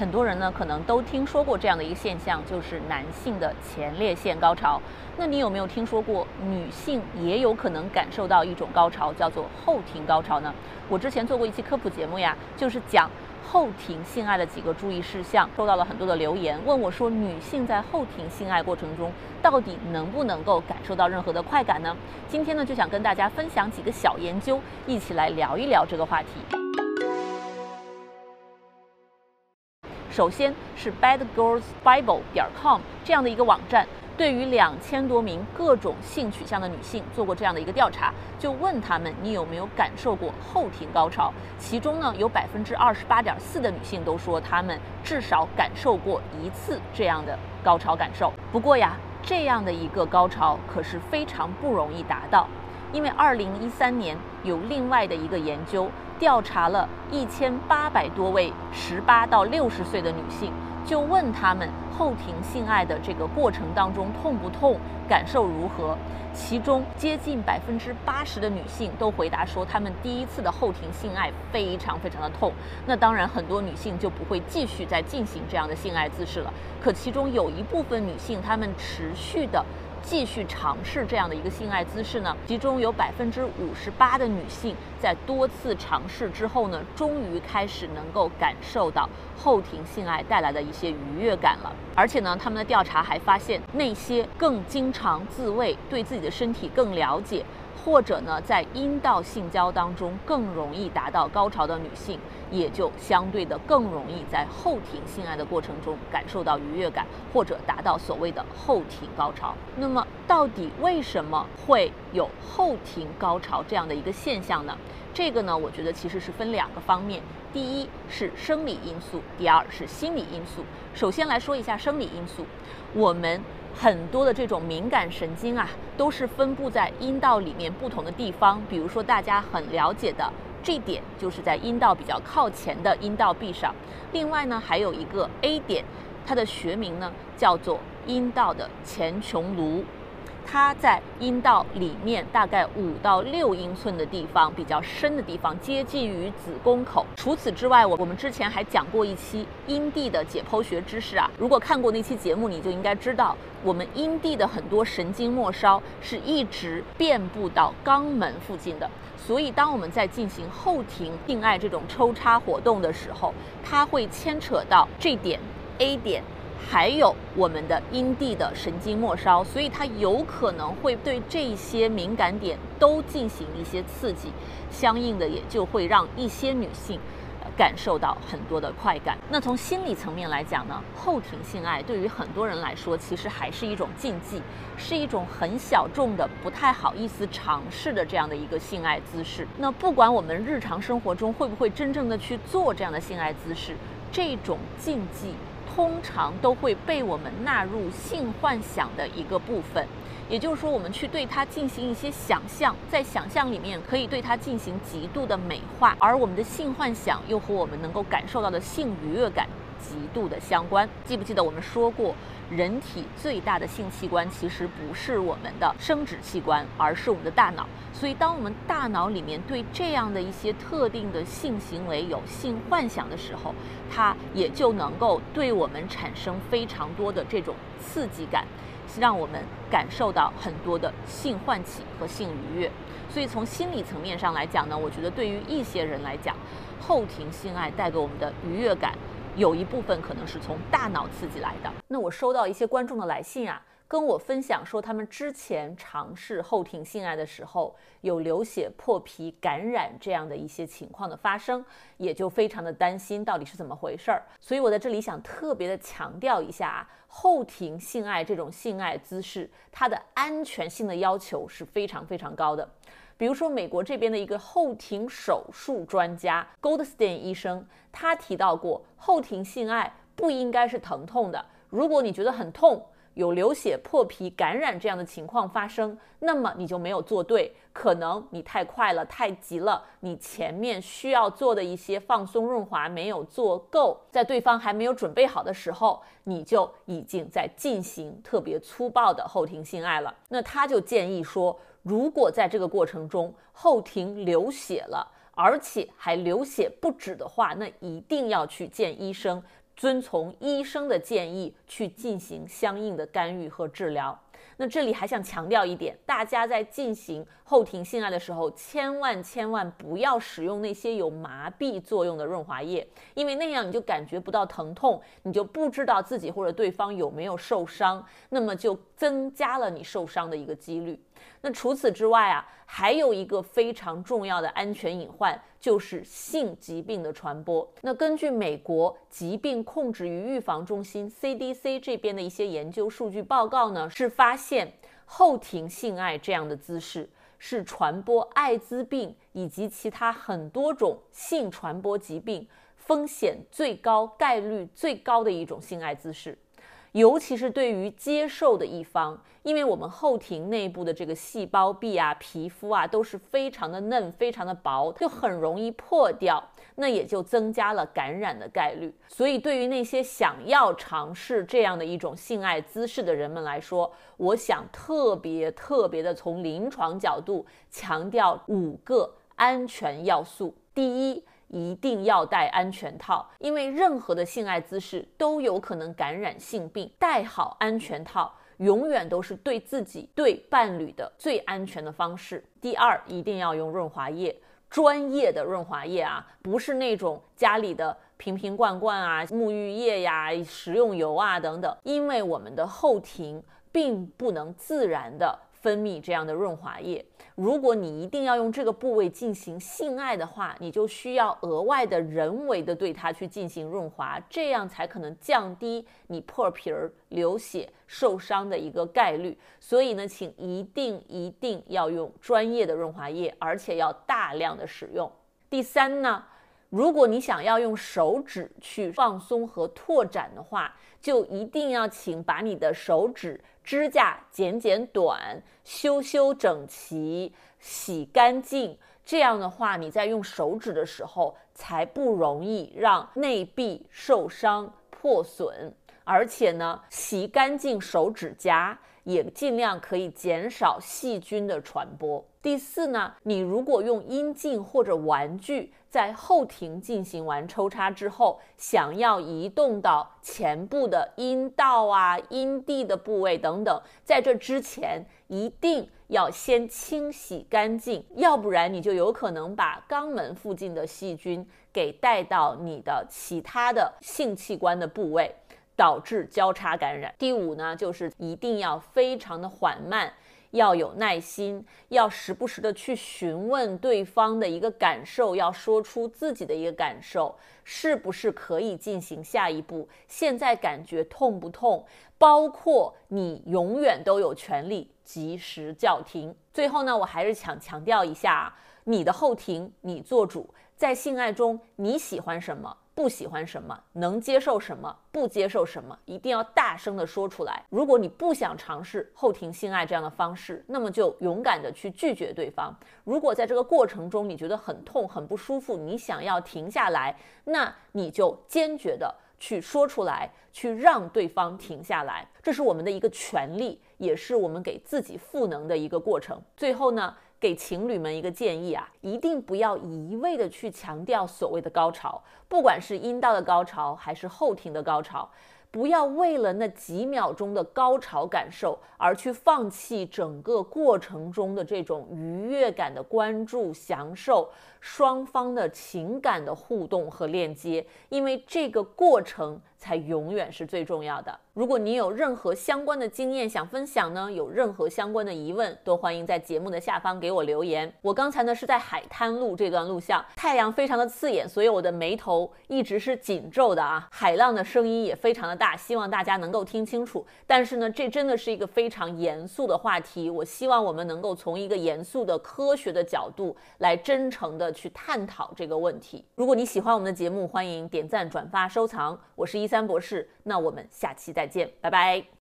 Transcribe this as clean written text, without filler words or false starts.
很多人呢可能都听说过这样的一个现象，就是男性的前列腺高潮。那你有没有听说过女性也有可能感受到一种高潮，叫做后庭高潮呢？我之前做过一期科普节目呀，就是讲后庭性爱的几个注意事项，收到了很多的留言，问我说女性在后庭性爱过程中到底能不能够感受到任何的快感呢？今天呢就想跟大家分享几个小研究，一起来聊一聊这个话题。首先是 badgirlsbible.com 这样的一个网站，对于2000多名各种性取向的女性做过这样的一个调查，就问她们你有没有感受过后庭高潮，其中呢有28.4%的女性都说她们至少感受过一次这样的高潮感受。不过呀，这样的一个高潮可是非常不容易达到，因为2013年有另外的一个研究调查了1800多位18到60岁的女性，就问她们后庭性爱的这个过程当中痛不痛，感受如何。其中接近80%的女性都回答说她们第一次的后庭性爱非常非常的痛。那当然很多女性就不会继续再进行这样的性爱姿势了，可其中有一部分女性她们持续的继续尝试这样的一个性爱姿势呢，其中有58%的女性在多次尝试之后呢，终于开始能够感受到后庭性爱带来的一些愉悦感了。而且呢，他们的调查还发现，那些更经常自慰、对自己的身体更了解，或者呢在阴道性交当中更容易达到高潮的女性，也就相对的更容易在后庭性爱的过程中感受到愉悦感，或者达到所谓的后庭高潮。那么到底为什么会有后庭高潮这样的一个现象呢？这个呢，我觉得其实是分2个方面，第一是生理因素，第二是心理因素。首先来说一下生理因素，我们很多的这种敏感神经啊，都是分布在阴道里面不同的地方。比如说大家很了解的G 点，就是在阴道比较靠前的阴道壁上。另外呢，还有一个 A 点，它的学名呢叫做阴道的前穹颅。它在阴道里面大概5到6英寸的地方，比较深的地方，接近于子宫口。除此之外，我们之前还讲过一期阴蒂的解剖学知识啊，如果看过那期节目，你就应该知道，我们阴蒂的很多神经末梢是一直遍布到肛门附近的。所以当我们在进行后庭性爱这种抽插活动的时候，它会牵扯到这点 A 点，还有我们的阴蒂的神经末梢，所以它有可能会对这些敏感点都进行一些刺激，相应的也就会让一些女性感受到很多的快感。那从心理层面来讲呢，后庭性爱对于很多人来说其实还是一种禁忌，是一种很小众的不太好意思尝试的这样的一个性爱姿势。那不管我们日常生活中会不会真正的去做这样的性爱姿势，这种禁忌通常都会被我们纳入性幻想的一个部分，也就是说我们去对它进行一些想象，在想象里面可以对它进行极度的美化，而我们的性幻想又和我们能够感受到的性愉悦感极度的相关。记不记得我们说过，人体最大的性器官其实不是我们的生殖器官，而是我们的大脑。所以当我们大脑里面对这样的一些特定的性行为有性幻想的时候，它也就能够对我们产生非常多的这种刺激感，让我们感受到很多的性唤起和性愉悦。所以从心理层面上来讲呢，我觉得对于一些人来讲，后庭性爱带给我们的愉悦感有一部分可能是从大脑刺激来的。那我收到一些观众的来信啊，跟我分享说他们之前尝试后庭性爱的时候有流血、破皮、感染这样的一些情况的发生，也就非常的担心到底是怎么回事儿。所以我在这里想特别的强调一下啊，后庭性爱这种性爱姿势，它的安全性的要求是非常非常高的。比如说美国这边的一个后庭手术专家 Goldstein 医生，他提到过后庭性爱不应该是疼痛的，如果你觉得很痛，有流血、破皮、感染这样的情况发生，那么你就没有做对，可能你太快了、太急了，你前面需要做的一些放松润滑没有做够，在对方还没有准备好的时候，你就已经在进行特别粗暴的后庭性爱了。那他就建议说，如果在这个过程中后庭流血了，而且还流血不止的话，那一定要去见医生， 遵从医生的建议去进行相应的干预和治疗。那这里还想强调一点，大家在进行后庭性爱的时候，千万不要使用那些有麻痹作用的润滑液，因为那样你就感觉不到疼痛，你就不知道自己或者对方有没有受伤，那么就增加了你受伤的一个几率。那除此之外啊，还有一个非常重要的安全隐患，就是性疾病的传播。那根据美国疾病控制与预防中心 CDC 这边的一些研究数据报告呢，是发现后庭性爱这样的姿势是传播艾滋病以及其他很多种性传播疾病风险最高、概率最高的一种性爱姿势。尤其是对于接受的一方，因为我们后庭内部的这个细胞壁啊、皮肤啊都是非常的嫩、非常的薄，就很容易破掉，那也就增加了感染的概率。所以对于那些想要尝试这样的一种性爱姿势的人们来说，我想特别的从临床角度强调5个安全要素。第一，一定要戴安全套，因为任何的性爱姿势都有可能感染性病。戴好安全套永远都是对自己、对伴侣的最安全的方式。第二，一定要用润滑液，专业的润滑液啊，不是那种家里的瓶罐啊、沐浴液呀、食用油啊等等，因为我们的后庭并不能自然的分泌这样的润滑液。如果你一定要用这个部位进行性爱的话，你就需要额外的人为的对它去进行润滑，这样才可能降低你破皮儿、流血、受伤的一个概率。所以呢，请一定要用专业的润滑液，而且要大量的使用。第三呢，如果你想要用手指去放松和拓展的话，就一定要请把你的手指指甲剪短，修整齐，洗干净。这样的话，你在用手指的时候才不容易让内壁受伤破损。而且呢，洗干净手指甲也尽量可以减少细菌的传播。第四呢，你如果用阴茎或者玩具在后庭进行完抽插之后，想要移动到前部的阴道啊、阴蒂的部位等等，在这之前一定要先清洗干净，要不然你就有可能把肛门附近的细菌给带到你的其他的性器官的部位，导致交叉感染。第五呢，就是一定要非常的缓慢，要有耐心，要时不时的去询问对方的一个感受，要说出自己的一个感受，是不是可以进行下一步，现在感觉痛不痛，包括你永远都有权利及时叫停。最后呢，我还是想强调一下，你的后庭你做主，在性爱中你喜欢什么，不喜欢什么，能接受什么，不接受什么，一定要大声的说出来。如果你不想尝试后庭性爱这样的方式，那么就勇敢的去拒绝对方。如果在这个过程中你觉得很痛、很不舒服，你想要停下来，那你就坚决的去说出来，去让对方停下来。这是我们的一个权利，也是我们给自己赋能的一个过程。最后呢，给情侣们一个建议啊，一定不要一味的去强调所谓的高潮，不管是阴道的高潮还是后庭的高潮，不要为了那几秒钟的高潮感受而去放弃整个过程中的这种愉悦感的关注、享受，双方的情感的互动和链接，因为这个过程才永远是最重要的。如果你有任何相关的经验想分享呢，有任何相关的疑问，都欢迎在节目的下方给我留言。我刚才呢是在海滩录这段录像，太阳非常的刺眼，所以我的眉头一直是紧皱的啊，海浪的声音也非常的大，希望大家能够听清楚。但是呢，这真的是一个非常严肃的话题，我希望我们能够从一个严肃的科学的角度来真诚的去探讨这个问题。如果你喜欢我们的节目，欢迎点赞、转发、收藏。我是13博士，那我们下期再见，拜拜。